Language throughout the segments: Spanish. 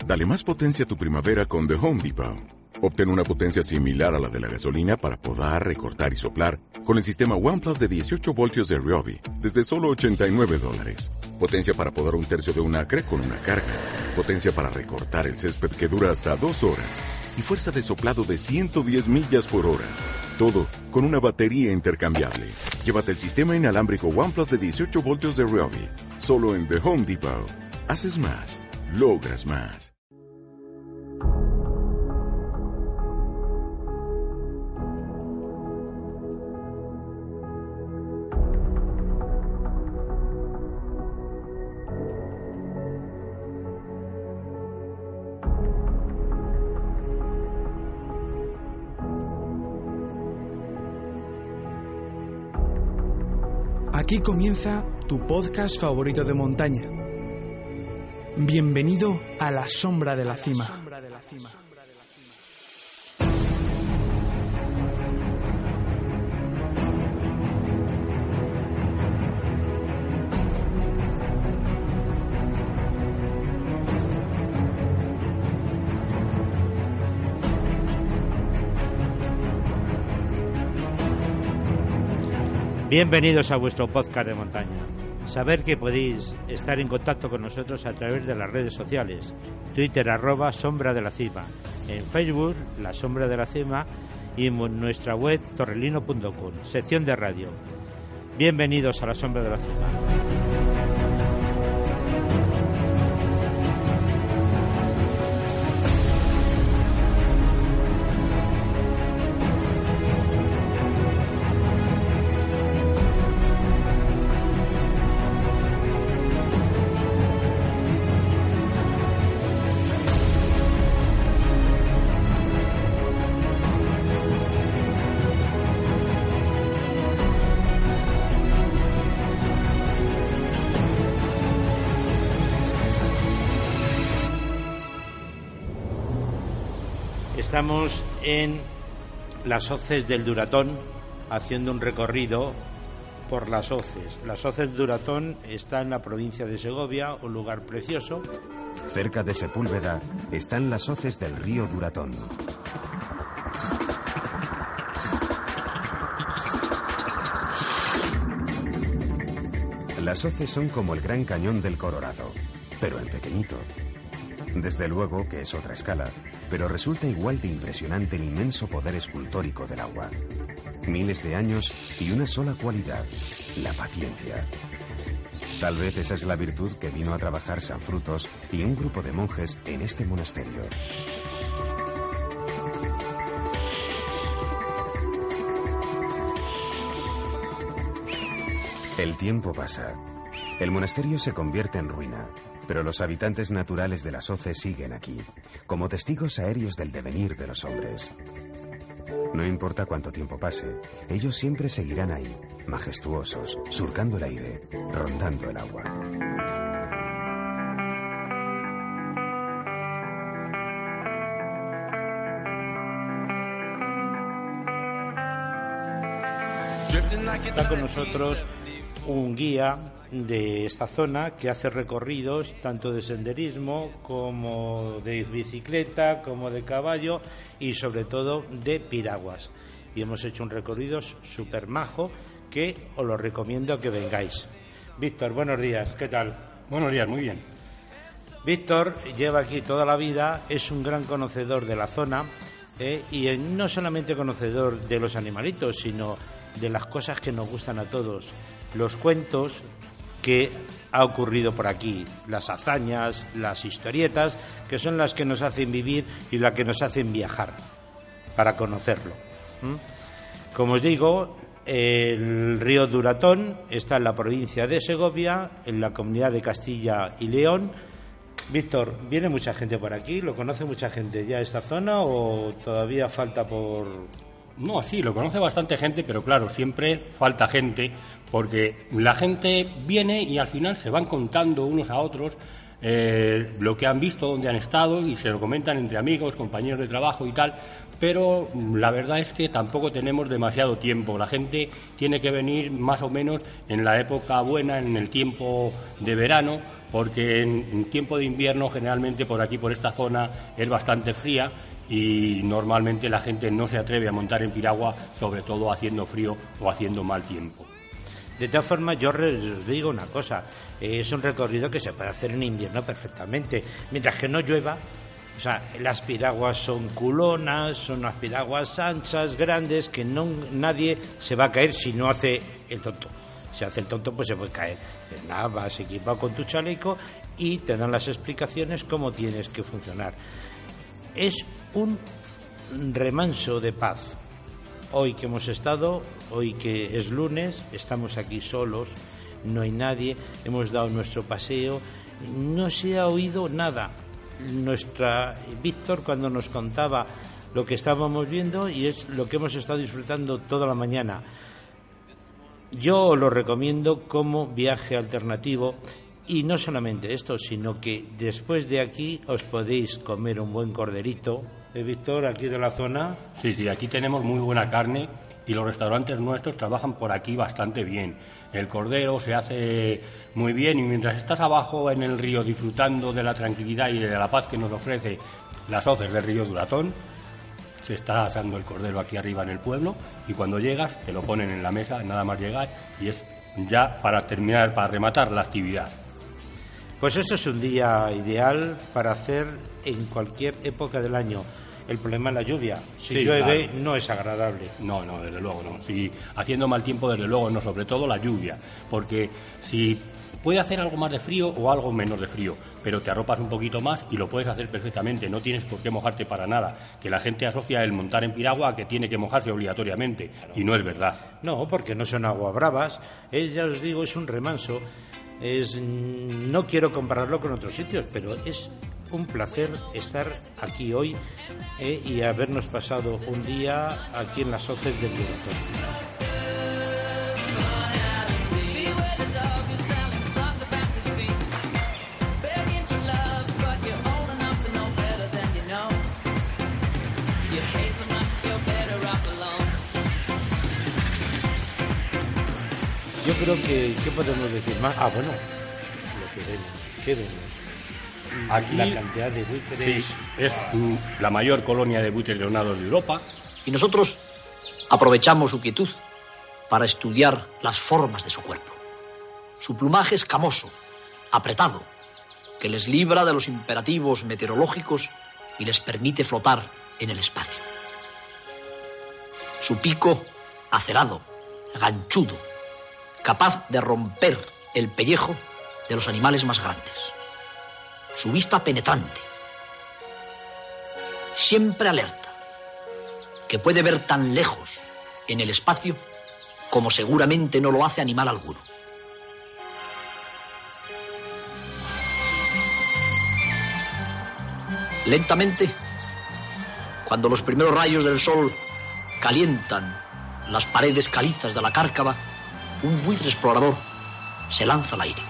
Dale más potencia a tu primavera con The Home Depot. Obtén una potencia similar a la de la gasolina para podar, recortar y soplar con el sistema OnePlus de 18 voltios de Ryobi desde solo $89. Potencia para podar un tercio de un acre con una carga. Potencia para recortar el césped que dura hasta 2 horas. Y fuerza de soplado de 110 millas por hora. Todo con una batería intercambiable. Llévate el sistema inalámbrico OnePlus de 18 voltios de Ryobi. Solo en The Home Depot. Haces más. Logras más. Aquí comienza tu podcast favorito de montaña. Bienvenido a la sombra de la cima. Bienvenidos a vuestro podcast de montaña. Saber que podéis estar en contacto con nosotros a través de las redes sociales. Twitter @Sombra de la Cima, en Facebook La Sombra de la Cima y en nuestra web torrelino.com, sección de radio. Bienvenidos a la Sombra de la Cima. Estamos en las hoces del Duratón haciendo un recorrido por las hoces. Las hoces del Duratón está en la provincia de Segovia, un lugar precioso. Cerca de Sepúlveda están las hoces del río Duratón. Las hoces son como el Gran Cañón del Colorado, pero en pequeñito. Desde luego que es otra escala, pero resulta igual de impresionante el inmenso poder escultórico del agua. Miles de años y una sola cualidad, la paciencia. Tal vez esa es la virtud que vino a trabajar San Frutos y un grupo de monjes en este monasterio. El tiempo pasa. El monasterio se convierte en ruina, pero los habitantes naturales de las hoces siguen aquí, como testigos aéreos del devenir de los hombres. No importa cuánto tiempo pase, ellos siempre seguirán ahí, majestuosos, surcando el aire, rondando el agua. Está con nosotros un guía de esta zona que hace recorridos tanto de senderismo como de bicicleta, como de caballo y sobre todo de piraguas. Y hemos hecho un recorrido súper majo que os lo recomiendo que vengáis. Víctor, buenos días, ¿qué tal? Buenos días, muy bien. Víctor lleva aquí toda la vida, es un gran conocedor de la zona y no solamente conocedor de los animalitos, sino de las cosas que nos gustan a todos, los cuentos que ha ocurrido por aquí, las hazañas, las historietas, que son las que nos hacen vivir y las que nos hacen viajar para conocerlo. Como os digo, el río Duratón está en la provincia de Segovia, en la comunidad de Castilla y León. Víctor, ¿viene mucha gente por aquí? ¿Lo conoce mucha gente ya esta zona o todavía falta por...? No, sí, lo conoce bastante gente, pero claro, siempre falta gente, porque la gente viene y al final se van contando unos a otros lo que han visto, dónde han estado, y se lo comentan entre amigos, compañeros de trabajo y tal, pero la verdad es que tampoco tenemos demasiado tiempo. La gente tiene que venir más o menos en la época buena, en el tiempo de verano, porque en tiempo de invierno generalmente por aquí, por esta zona, es bastante fría y normalmente la gente no se atreve a montar en piragua, sobre todo haciendo frío o haciendo mal tiempo. De todas formas, yo os digo una cosa, es un recorrido que se puede hacer en invierno perfectamente, mientras que no llueva. O sea, las piraguas son culonas, son unas piraguas anchas, grandes, que nadie se va a caer si no hace el tonto. Si hace el tonto, pues se puede caer. Pues nada, vas equipado con tu chaleco y te dan las explicaciones cómo tienes que funcionar. Es un remanso de paz. Hoy que hemos estado, hoy que es lunes, estamos aquí solos, no hay nadie, hemos dado nuestro paseo, no se ha oído nada. Víctor, cuando nos contaba lo que estábamos viendo, y es lo que hemos estado disfrutando toda la mañana. Yo lo recomiendo como viaje alternativo, y no solamente esto, sino que después de aquí os podéis comer un buen corderito, Víctor, aquí de la zona. Sí, aquí tenemos muy buena carne y los restaurantes nuestros trabajan por aquí bastante bien. El cordero se hace muy bien y mientras estás abajo en el río disfrutando de la tranquilidad y de la paz que nos ofrece las hoces del río Duratón, se está asando el cordero aquí arriba en el pueblo y cuando llegas te lo ponen en la mesa, nada más llegar, y es ya para terminar, para rematar la actividad. Pues esto es un día ideal para hacer en cualquier época del año. El problema es la lluvia. Si llueve, claro, no es agradable. No, desde luego no. Si haciendo mal tiempo, desde luego no, sobre todo la lluvia. Porque si puede hacer algo más de frío o algo menos de frío, pero te arropas un poquito más y lo puedes hacer perfectamente. No tienes por qué mojarte para nada. Que la gente asocia el montar en piragua a que tiene que mojarse obligatoriamente. Y no es verdad. No, porque no son agua bravas. Ya os digo, es un remanso. No quiero compararlo con otros sitios, pero es un placer estar aquí hoy y habernos pasado un día aquí en las hoces del Duratón. Yo creo que, ¿qué podemos decir más? Bueno, lo que vemos, ¿qué vemos? Aquí la cantidad de buitres. Sí, es la mayor colonia de buitres leonados de Europa. Y nosotros aprovechamos su quietud para estudiar las formas de su cuerpo. Su plumaje escamoso, apretado, que les libra de los imperativos meteorológicos y les permite flotar en el espacio. Su pico acerado, ganchudo, capaz de romper el pellejo de los animales más grandes. Su vista penetrante, siempre alerta, que puede ver tan lejos en el espacio como seguramente no lo hace animal alguno. Lentamente, cuando los primeros rayos del sol calientan las paredes calizas de la cárcava, un buitre explorador se lanza al aire.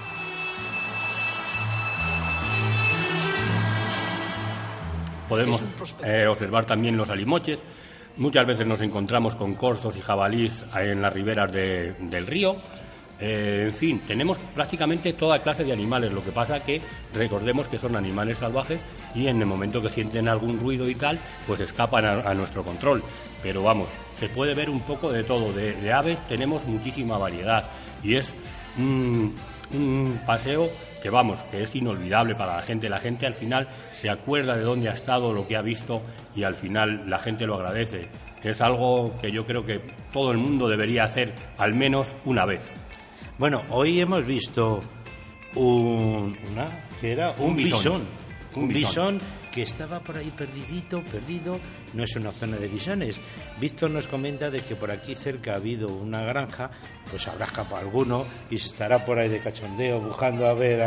Podemos observar también los alimoches. Muchas veces nos encontramos con corzos y jabalís en las riberas del río. En fin, tenemos prácticamente toda clase de animales. Lo que pasa que recordemos que son animales salvajes y en el momento que sienten algún ruido y tal, pues escapan a nuestro control. Pero vamos, se puede ver un poco de todo. De aves tenemos muchísima variedad y es un paseo que es inolvidable para la gente. La gente al final se acuerda de dónde ha estado, lo que ha visto y al final la gente lo agradece. Es algo que yo creo que todo el mundo debería hacer al menos una vez. Bueno, hoy hemos visto un bisón. Un bisón que estaba por ahí perdido. No es una zona de bisones. Víctor nos comenta de que por aquí cerca ha habido una granja, pues habrá escapado alguno y se estará por ahí de cachondeo buscando a ver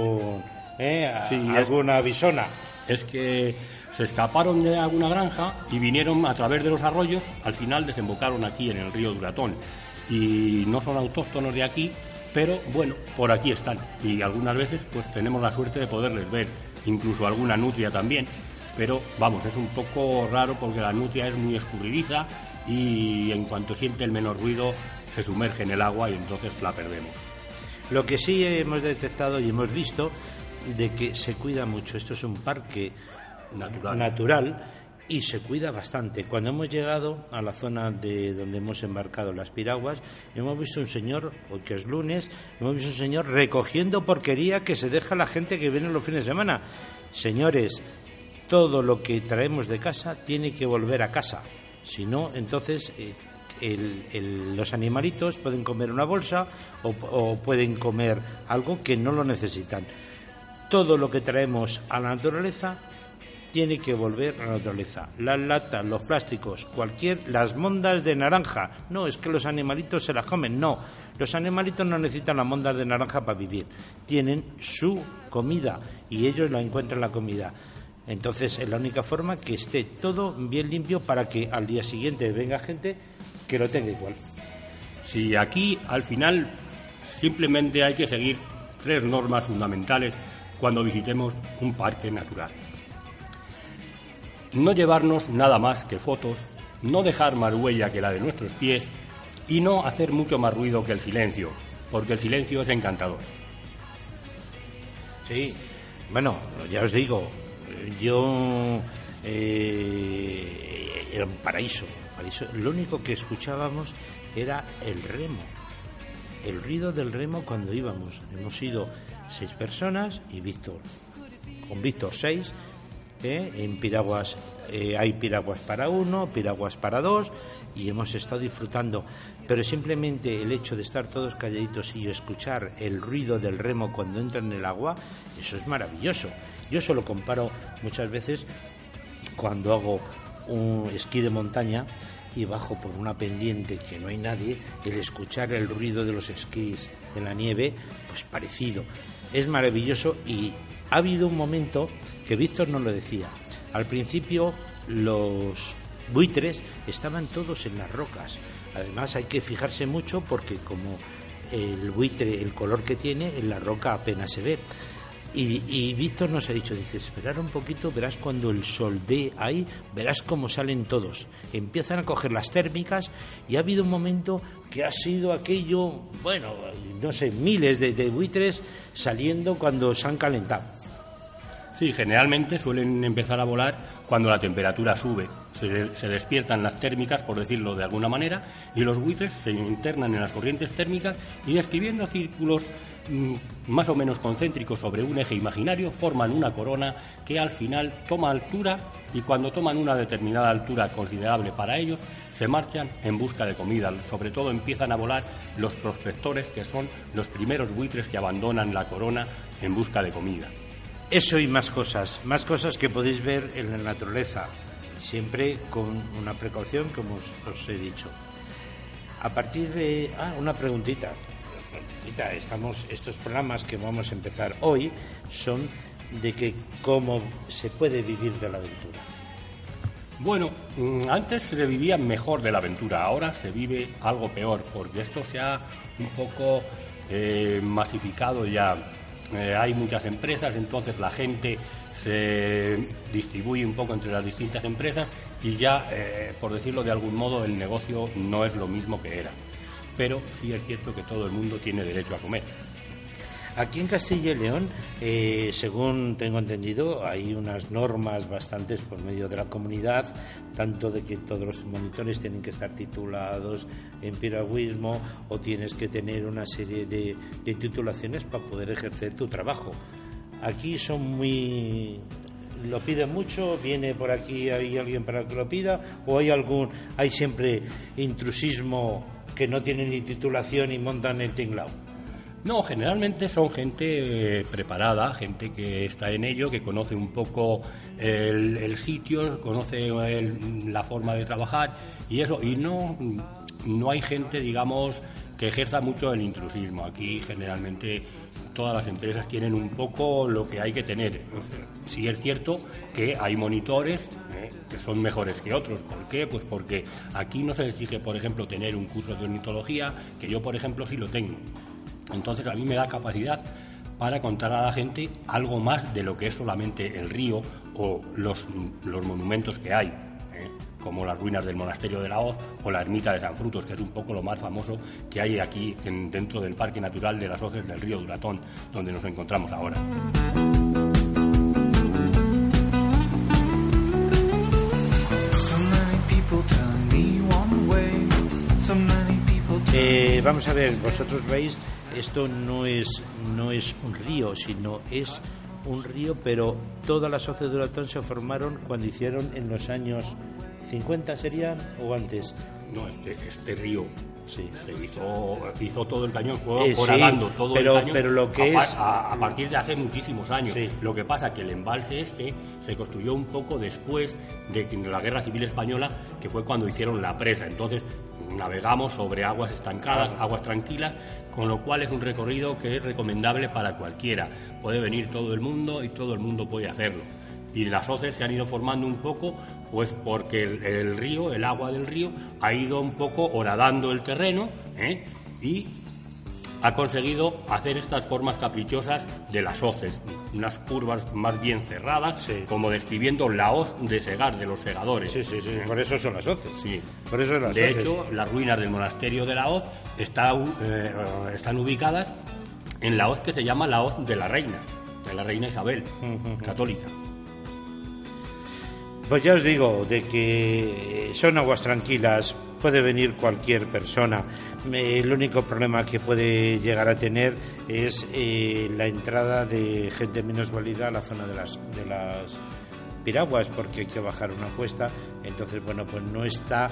alguna bisona. Es que se escaparon de alguna granja y vinieron a través de los arroyos, al final desembocaron aquí en el río Duratón. Y no son autóctonos de aquí, pero bueno, por aquí están. Y algunas veces pues tenemos la suerte de poderles ver, incluso alguna nutria también. Pero vamos, es un poco raro porque la nutria es muy escurridiza y en cuanto siente el menor ruido se sumerge en el agua y entonces la perdemos. Lo que sí hemos detectado y hemos visto de que se cuida mucho. Esto es un parque natural y se cuida bastante. Cuando hemos llegado a la zona de donde hemos embarcado las piraguas, hemos visto un señor, hoy que es lunes, hemos visto un señor recogiendo porquería que se deja la gente que viene los fines de semana. Señores, todo lo que traemos de casa tiene que volver a casa. Si no, entonces los animalitos pueden comer una bolsa o pueden comer algo que no lo necesitan. Todo lo que traemos a la naturaleza tiene que volver a la naturaleza. Las latas, los plásticos, las mondas de naranja. No, es que los animalitos se las comen. No, los animalitos no necesitan las mondas de naranja para vivir. Tienen su comida y ellos la encuentran la comida. Entonces es la única forma que esté todo bien limpio para que al día siguiente venga gente que lo tenga igual. Sí, aquí al final simplemente hay que seguir 3 normas fundamentales cuando visitemos un parque natural. No llevarnos nada más que fotos, no dejar más huella que la de nuestros pies y no hacer mucho más ruido que el silencio, porque el silencio es encantador. Sí, bueno, ya os digo, yo era un paraíso. Lo único que escuchábamos era el remo, el ruido del remo cuando íbamos. Hemos ido 6 personas y con Víctor 6. En piraguas hay piraguas para 1, piraguas para 2 y hemos estado disfrutando, pero simplemente el hecho de estar todos calladitos y escuchar el ruido del remo cuando entra en el agua, eso es maravilloso. Yo se lo comparo muchas veces cuando hago un esquí de montaña y bajo por una pendiente que no hay nadie, el escuchar el ruido de los esquís en la nieve, pues parecido, es maravilloso. Y ha habido un momento que Víctor nos lo decía. Al principio los buitres estaban todos en las rocas. Además hay que fijarse mucho porque como el buitre, el color que tiene, en la roca apenas se ve. Y Víctor nos ha dicho, dice, esperar un poquito, verás cuando el sol dé ahí, verás cómo salen todos. Empiezan a coger las térmicas y ha habido un momento que ha sido aquello, bueno, no sé, miles de buitres saliendo cuando se han calentado. Sí, generalmente suelen empezar a volar cuando la temperatura sube. Se despiertan las térmicas, por decirlo de alguna manera, y los buitres se internan en las corrientes térmicas y, describiendo círculos más o menos concéntricos sobre un eje imaginario, forman una corona que al final toma altura, y cuando toman una determinada altura considerable para ellos, se marchan en busca de comida. Sobre todo empiezan a volar los prospectores, que son los primeros buitres que abandonan la corona en busca de comida. Eso y más cosas que podéis ver en la naturaleza, siempre con una precaución, como os he dicho. A partir de... una preguntita. Estos programas que vamos a empezar hoy son de que cómo se puede vivir de la aventura. Bueno, antes se vivía mejor de la aventura, ahora se vive algo peor, porque esto se ha un poco masificado ya. Hay muchas empresas, entonces la gente se distribuye un poco entre las distintas empresas y ya, por decirlo de algún modo, el negocio no es lo mismo que era. Pero sí es cierto que todo el mundo tiene derecho a comer. Aquí en Castilla y León, según tengo entendido, hay unas normas bastantes por medio de la comunidad, tanto de que todos los monitores tienen que estar titulados en piragüismo o tienes que tener una serie de titulaciones para poder ejercer tu trabajo. Aquí son muy... ¿Lo piden mucho? ¿Viene por aquí, hay alguien para que lo pida? ¿O hay siempre intrusismo que no tiene ni titulación y montan el tinglao? No, generalmente son gente preparada, gente que está en ello, que conoce un poco el sitio, conoce la forma de trabajar y eso, y no hay gente, digamos, que ejerza mucho el intrusismo. Aquí generalmente todas las empresas tienen un poco lo que hay que tener. Sí es cierto que hay monitores que son mejores que otros. ¿Por qué? Pues porque aquí no se exige, por ejemplo, tener un curso de ornitología, que yo, por ejemplo, sí lo tengo. Entonces a mí me da capacidad para contar a la gente algo más de lo que es solamente el río o los monumentos que hay, como las ruinas del monasterio de la Hoz o la ermita de San Frutos, que es un poco lo más famoso que hay aquí dentro del Parque Natural de las Hoces del río Duratón, donde nos encontramos ahora. Vamos a ver, vosotros veis, esto no es un río, sino es un río, pero todas las hoces de Duratón se formaron cuando hicieron en los años 50, ¿serían? ¿O antes? No, este río sí. se hizo todo el cañón, fue horadando todo el cañón, pero lo que a partir de hace muchísimos años. Sí. Lo que pasa que el embalse se construyó un poco después de la Guerra Civil Española, que fue cuando hicieron la presa. Entonces navegamos sobre aguas estancadas, aguas tranquilas, con lo cual es un recorrido que es recomendable para cualquiera. Puede venir todo el mundo y todo el mundo puede hacerlo. Y las hoces se han ido formando un poco, pues porque el río, el agua del río, ha ido un poco horadando el terreno, y ha conseguido hacer estas formas caprichosas de las hoces, unas curvas más bien cerradas, sí, como describiendo la hoz de segar, de los segadores. Sí, por eso son las hoces. Sí. Por eso son las de hoces. hecho, las ruinas del monasterio de la Hoz están ubicadas en la hoz que se llama la hoz de la reina Isabel, católica. Pues ya os digo, de que son aguas tranquilas, puede venir cualquier persona. El único problema que puede llegar a tener es la entrada de gente menos válida a la zona de las piraguas, porque hay que bajar una cuesta. Entonces, bueno, pues no está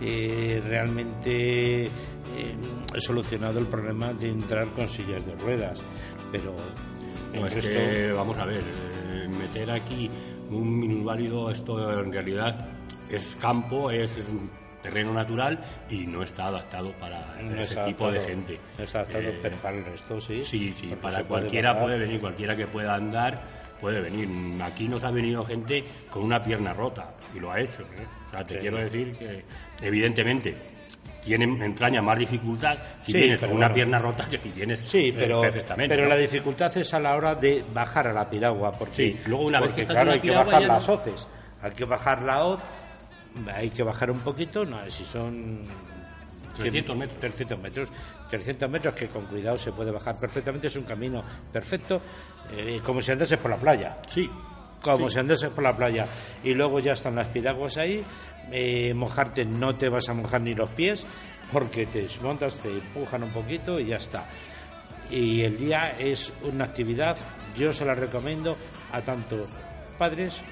realmente solucionado el problema de entrar con sillas de ruedas. Pero no, es que, vamos a ver, meter aquí un minusválido, esto en realidad es campo, es terreno natural y no está adaptado para ese tipo de gente. No está adaptado, pero para el resto sí. Sí, para cualquiera puede venir, cualquiera que pueda andar puede venir. Aquí nos ha venido gente con una pierna rota y lo ha hecho. O sea, te quiero decir que evidentemente entraña más dificultad si tienes con una pierna rota que si tienes perfectamente. Pero la dificultad es a la hora de bajar a la piragua, porque luego una vez que estás claro, en la piragua, hay que bajar las hoces, hay que bajar la hoz, hay que bajar un poquito, no, si son 300 metros. 300 metros que con cuidado se puede bajar perfectamente, es un camino perfecto, como si andases por la playa. Sí. Si andases por la playa. Y luego ya están las piraguas ahí. Mojarte no te vas a mojar ni los pies, porque te montas, te empujan un poquito y ya está. Y el día es una actividad, yo se la recomiendo a tanto padres,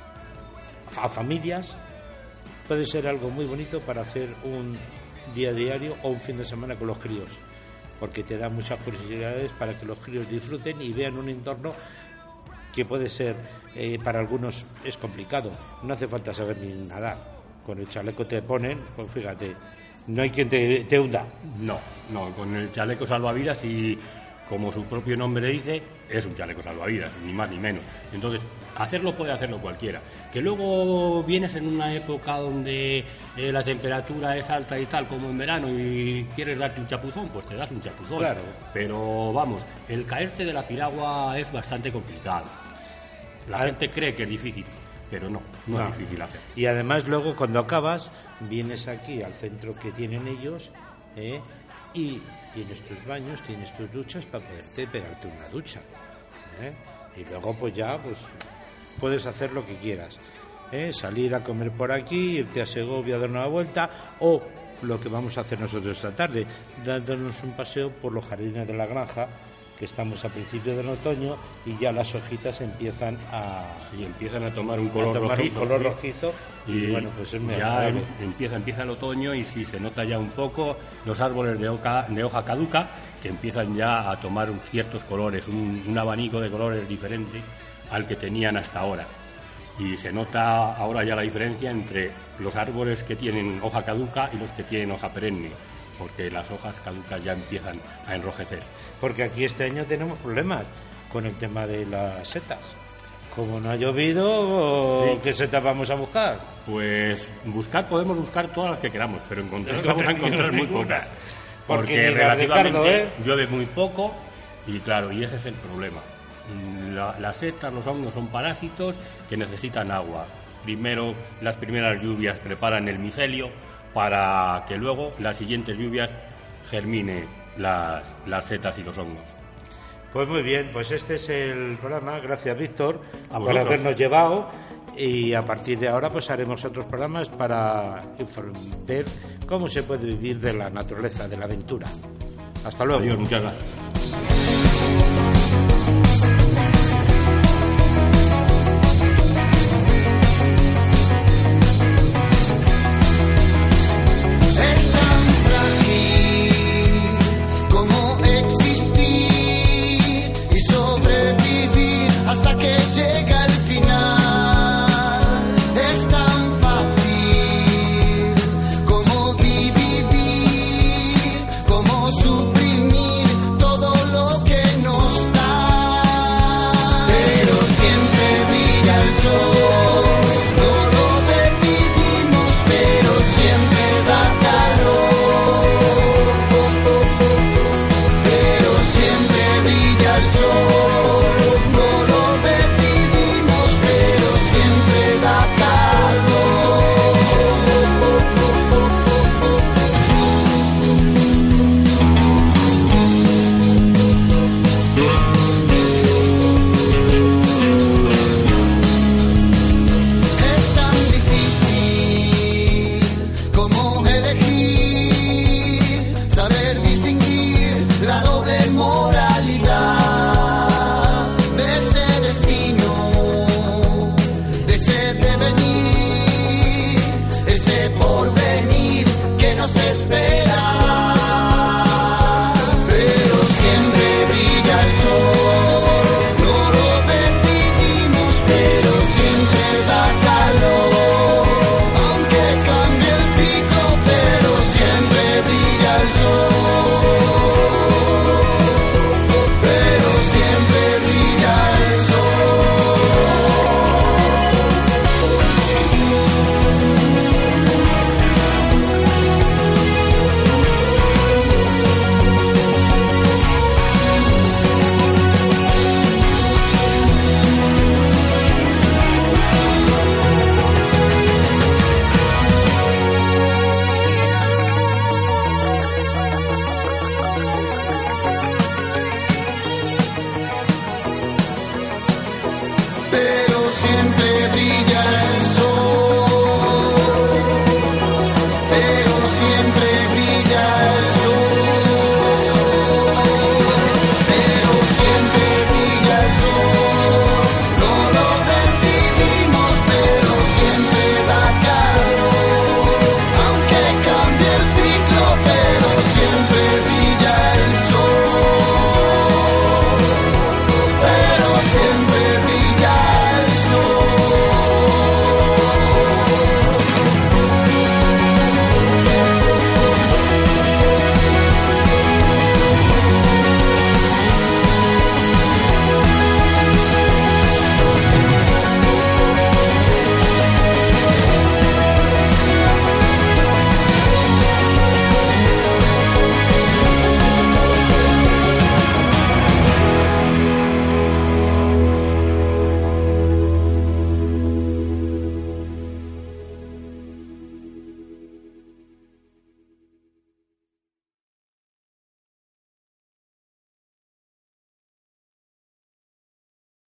a familias. Puede ser algo muy bonito para hacer un día diario o un fin de semana con los críos, porque te da muchas posibilidades para que los críos disfruten y vean un entorno que puede ser, para algunos es complicado. No hace falta saber ni nadar. Con el chaleco te ponen, pues fíjate, no hay quien te hunda. No, con el chaleco salvavidas, y como su propio nombre dice, es un chaleco salvavidas, ni más ni menos. Entonces, hacerlo puede hacerlo cualquiera. Que luego vienes en una época donde la temperatura es alta y tal, como en verano, y quieres darte un chapuzón, pues te das un chapuzón. Claro. Pero vamos, el caerte de la piragua es bastante complicado. La gente cree que es difícil, pero no es difícil hacer. Y además luego cuando acabas, vienes aquí al centro que tienen ellos, y tienes tus baños, tienes tus duchas para poderte pegarte una ducha. Y luego pues ya puedes hacer lo que quieras. Salir a comer por aquí, irte a Segovia a dar una vuelta, o lo que vamos a hacer nosotros esta tarde, dándonos un paseo por los jardines de la granja, que estamos a principios del otoño y ya las hojitas empiezan a tomar un color rojizo y bueno, pues es ya empieza el otoño, y sí se nota ya un poco los árboles de hoja caduca que empiezan ya a tomar ciertos colores, un abanico de colores diferente al que tenían hasta ahora. Y se nota ahora ya la diferencia entre los árboles que tienen hoja caduca y los que tienen hoja perenne, porque las hojas caducas ya empiezan a enrojecer. Porque aquí este año tenemos problemas con el tema de las setas. Como no ha llovido, ¿qué setas vamos a buscar? Pues podemos buscar todas las que queramos, pero vamos a encontrar muy pocas. Porque relativamente llueve muy poco y claro, y ese es el problema. Las setas, los hongos son parásitos que necesitan agua. primero las primeras lluvias preparan el micelio para que luego las siguientes lluvias germine las setas y los hongos. Pues muy bien, pues este es el programa. Gracias, Víctor, por vosotros. habernos llevado, y a partir de ahora pues haremos otros programas para ver cómo se puede vivir de la naturaleza, de la aventura. Hasta luego. Adiós, muchas gracias.